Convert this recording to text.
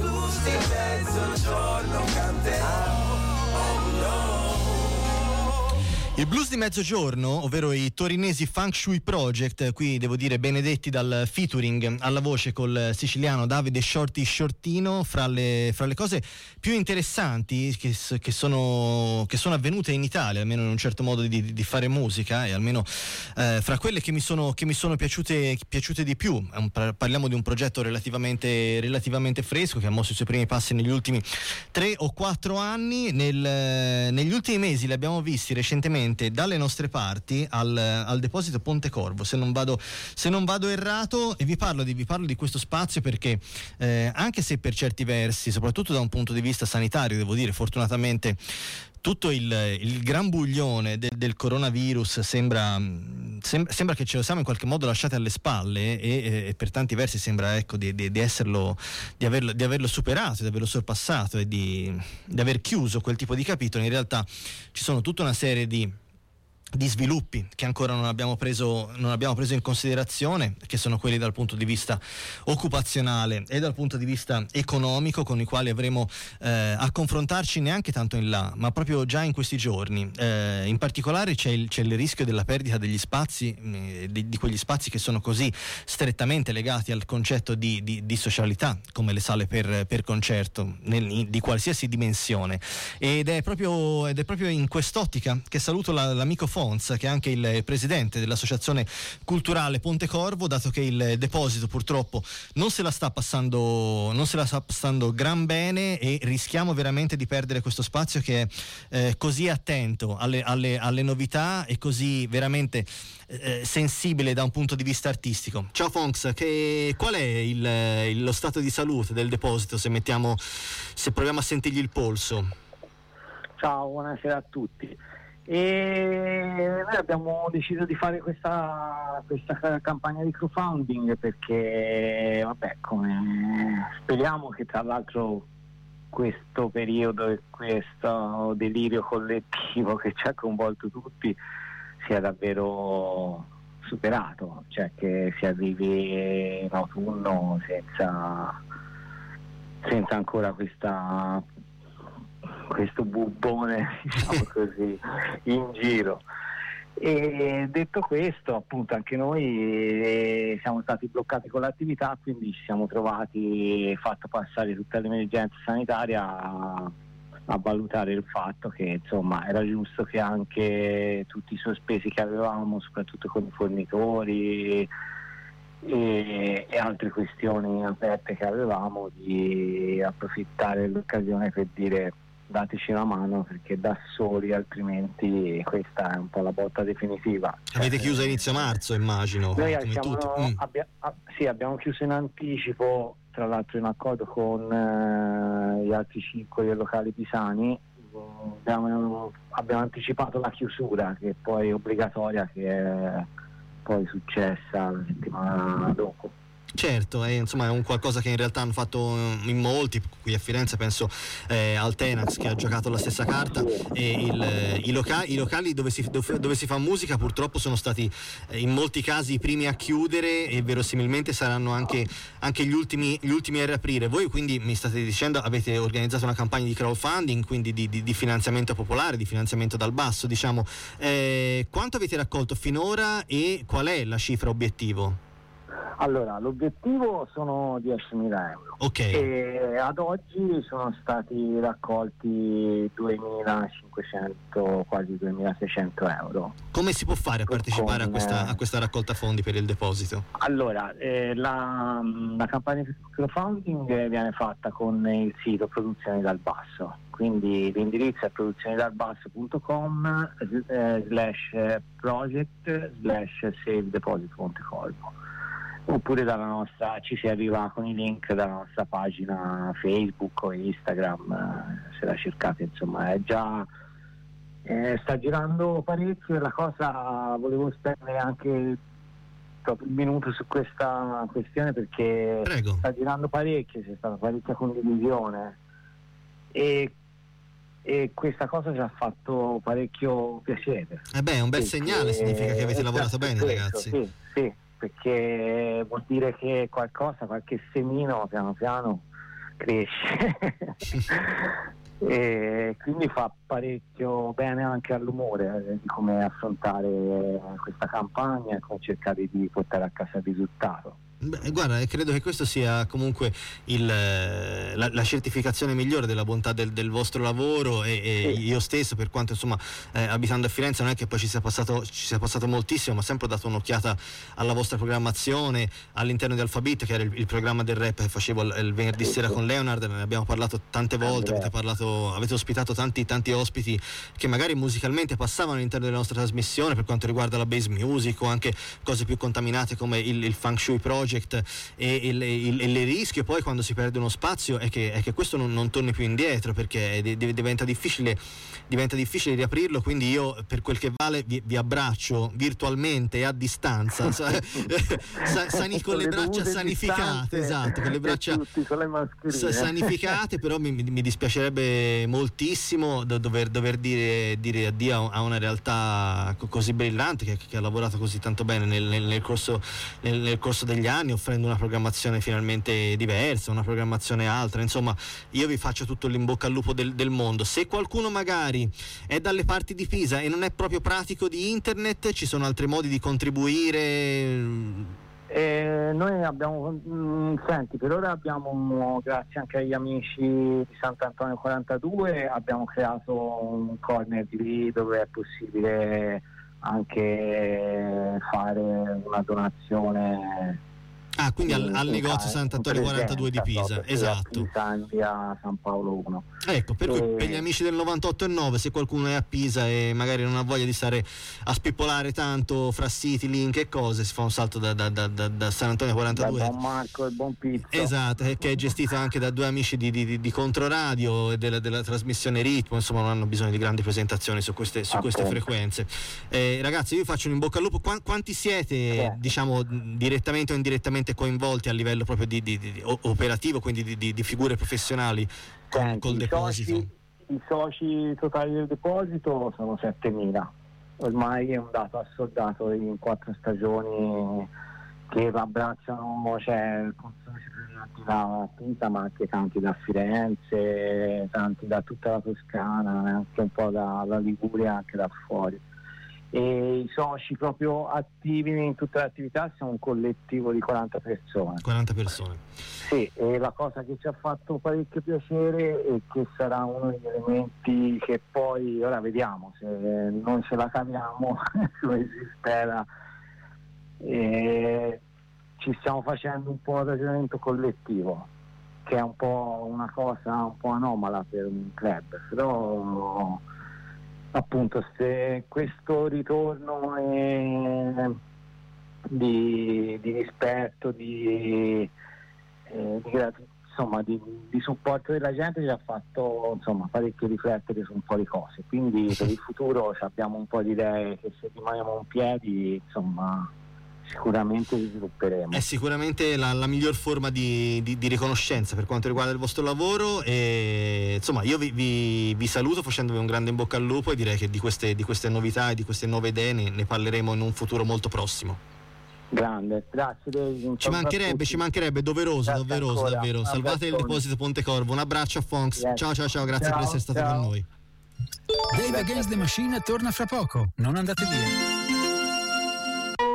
blues di mezzogiorno canterò. Il blues di mezzogiorno, ovvero i torinesi Funk Shui Project, qui devo dire benedetti dal featuring alla voce col siciliano Davide Shorty Shortino, fra le cose più interessanti che sono avvenute in Italia, almeno in un certo modo di fare musica, e almeno fra quelle che mi sono piaciute di più. Parliamo di un progetto relativamente fresco, che ha mosso i suoi primi passi negli ultimi 3 o 4 anni. Negli ultimi mesi li abbiamo visti recentemente dalle nostre parti al deposito Pontecorvo, se non vado errato, e vi parlo di questo spazio perché anche se per certi versi, soprattutto da un punto di vista sanitario, devo dire, fortunatamente tutto il gran buglione del coronavirus sembra che ce lo siamo in qualche modo lasciati alle spalle, e per tanti versi sembra, ecco, di averlo superato, di averlo sorpassato, e di aver chiuso quel tipo di capitolo. In realtà ci sono tutta una serie di sviluppi che ancora non abbiamo preso in considerazione, che sono quelli dal punto di vista occupazionale e dal punto di vista economico, con i quali avremo a confrontarci neanche tanto in là, ma proprio già in questi giorni. In particolare c'è il rischio della perdita degli spazi, di quegli spazi che sono così strettamente legati al concetto di socialità, come le sale per concerto di qualsiasi dimensione, ed è proprio in quest'ottica che saluto l'amico Fonz, che è anche il presidente dell'associazione culturale Pontecorvo, dato che il deposito purtroppo non se la sta passando gran bene, e rischiamo veramente di perdere questo spazio che è così attento alle novità e così veramente sensibile da un punto di vista artistico. Ciao Fonz, qual è lo stato di salute del deposito, se proviamo a sentirgli il polso? Ciao, buonasera a tutti. E noi abbiamo deciso di fare questa campagna di crowdfunding perché, come speriamo che tra l'altro questo periodo e questo delirio collettivo che ci ha coinvolto tutti sia davvero superato, cioè che si arrivi in autunno senza ancora questo bubbone, diciamo così, in giro. E detto questo, appunto, anche noi siamo stati bloccati con l'attività, quindi ci siamo trovati, fatto passare tutta l'emergenza sanitaria a valutare il fatto che insomma era giusto che anche tutti i sospesi che avevamo, soprattutto con i fornitori e altre questioni aperte che avevamo, di approfittare dell'occasione per dire: dateci una mano, perché da soli altrimenti questa è un po' la botta definitiva. Avete chiuso a inizio marzo, immagino. Noi abbiamo chiuso in anticipo, tra l'altro in accordo con gli altri circoli locali pisani. Abbiamo anticipato la chiusura, che poi è obbligatoria, che è poi successa la settimana dopo. Certo, insomma è un qualcosa che in realtà hanno fatto in molti. Qui a Firenze penso al Tenax, che ha giocato la stessa carta, e i locali dove si fa musica purtroppo sono stati in molti casi i primi a chiudere, e verosimilmente saranno anche gli ultimi a riaprire. Voi quindi mi state dicendo avete organizzato una campagna di crowdfunding, quindi di finanziamento popolare, di finanziamento dal basso, diciamo. Quanto avete raccolto finora e qual è la cifra obiettivo? Allora, l'obiettivo sono 10.000 euro. Ok. E ad oggi sono stati raccolti 2.500, quasi 2.600 euro. Come si può fare a partecipare a questa raccolta fondi per il deposito? Allora, la campagna di crowdfunding viene fatta con il sito Produzioni dal Basso, quindi l'indirizzo è produzionidalbasso.com /project/Save Deposito Pontecorvo. Oppure ci si arriva con i link dalla nostra pagina Facebook o Instagram, se la cercate, insomma è già sta girando parecchio. E la cosa, volevo spendere anche proprio un minuto su questa questione, perché Prego. Sta girando parecchio, c'è stata parecchia condivisione e questa cosa ci ha fatto parecchio piacere. È un bel segnale, significa che avete lavorato bene, ragazzi. Sì, perché vuol dire che qualche semino piano piano cresce. E quindi fa parecchio bene anche all'umore di come affrontare questa campagna e come cercare di portare a casa il risultato. Beh, guarda, credo che questo sia comunque la certificazione migliore della bontà del vostro lavoro e io stesso, per quanto insomma abitando a Firenze non è che poi ci sia passato moltissimo, ma ho sempre dato un'occhiata alla vostra programmazione all'interno di Alphabet, che era il programma del rap che facevo il venerdì sera con Leonard. Ne abbiamo parlato tante volte, avete ospitato tanti ospiti che magari musicalmente passavano all'interno della nostra trasmissione, per quanto riguarda la bass music o anche cose più contaminate come il Feng Shui Project, e il rischio poi quando si perde uno spazio è che questo non torni più indietro, perché diventa difficile riaprirlo. Quindi io, per quel che vale, vi abbraccio virtualmente e a distanza con le braccia sanificate, esatto, con le braccia sanificate, però mi dispiacerebbe moltissimo dover dire addio a una realtà così brillante che ha lavorato così tanto bene nel corso degli anni, offrendo una programmazione finalmente diversa, una programmazione altra. Insomma, io vi faccio tutto l'in-bocca al lupo del mondo. Se qualcuno magari è dalle parti di Pisa e non è proprio pratico di internet, ci sono altri modi di contribuire? Noi abbiamo, per ora abbiamo, grazie anche agli amici di Sant'Antonio 42, abbiamo creato un corner lì dove è possibile anche fare una donazione. Quindi al negozio Sant'Antonio 42 di Pisa, esatto. In via San Paolo 1. Ecco, per gli amici del 98.9, se qualcuno è a Pisa e magari non ha voglia di stare a spippolare tanto fra siti, link e cose, si fa un salto da San Antonio 42. Da Buon Marco e Buon Pizzo. Esatto, che è gestito anche da due amici di Controradio e della trasmissione Ritmo. Insomma, non hanno bisogno di grandi presentazioni su queste frequenze. Ragazzi, io vi faccio un in bocca al lupo. Quanti siete, diciamo, direttamente o indirettamente coinvolti a livello proprio di operativo, quindi di figure professionali col deposito? I soci totali del deposito sono 7.000. Ormai è un dato assoldato in 4 stagioni che abbracciano, cioè soci da Pisa, ma anche tanti da Firenze, tanti da tutta la Toscana, anche un po' dalla Liguria, anche da fuori. E i soci proprio attivi in tutte le attività siamo un collettivo di 40 persone. 40 persone. Sì, e la cosa che ci ha fatto parecchio piacere è che sarà uno degli elementi che poi, ora vediamo se non ce la caviamo come si spera, ci stiamo facendo un po' di ragionamento collettivo, che è un po' una cosa un po' anomala per un club, però appunto se questo ritorno di rispetto, di supporto della gente ci ha fatto parecchio riflettere su un po' di cose, quindi per il futuro abbiamo un po' di idee che se rimaniamo in piedi sicuramente li svilupperemo. È sicuramente la miglior forma di riconoscenza per quanto riguarda il vostro lavoro, e io vi saluto facendovi un grande in bocca al lupo e direi che di queste novità e di queste nuove idee ne parleremo in un futuro molto prossimo. Grande, grazie. Ci mancherebbe, doveroso, davvero. Salvate il deposito Pontecorvo. Un abbraccio a Fonks. Ciao, grazie per essere stato con noi. Dave Against the Machine torna fra poco, non andate via.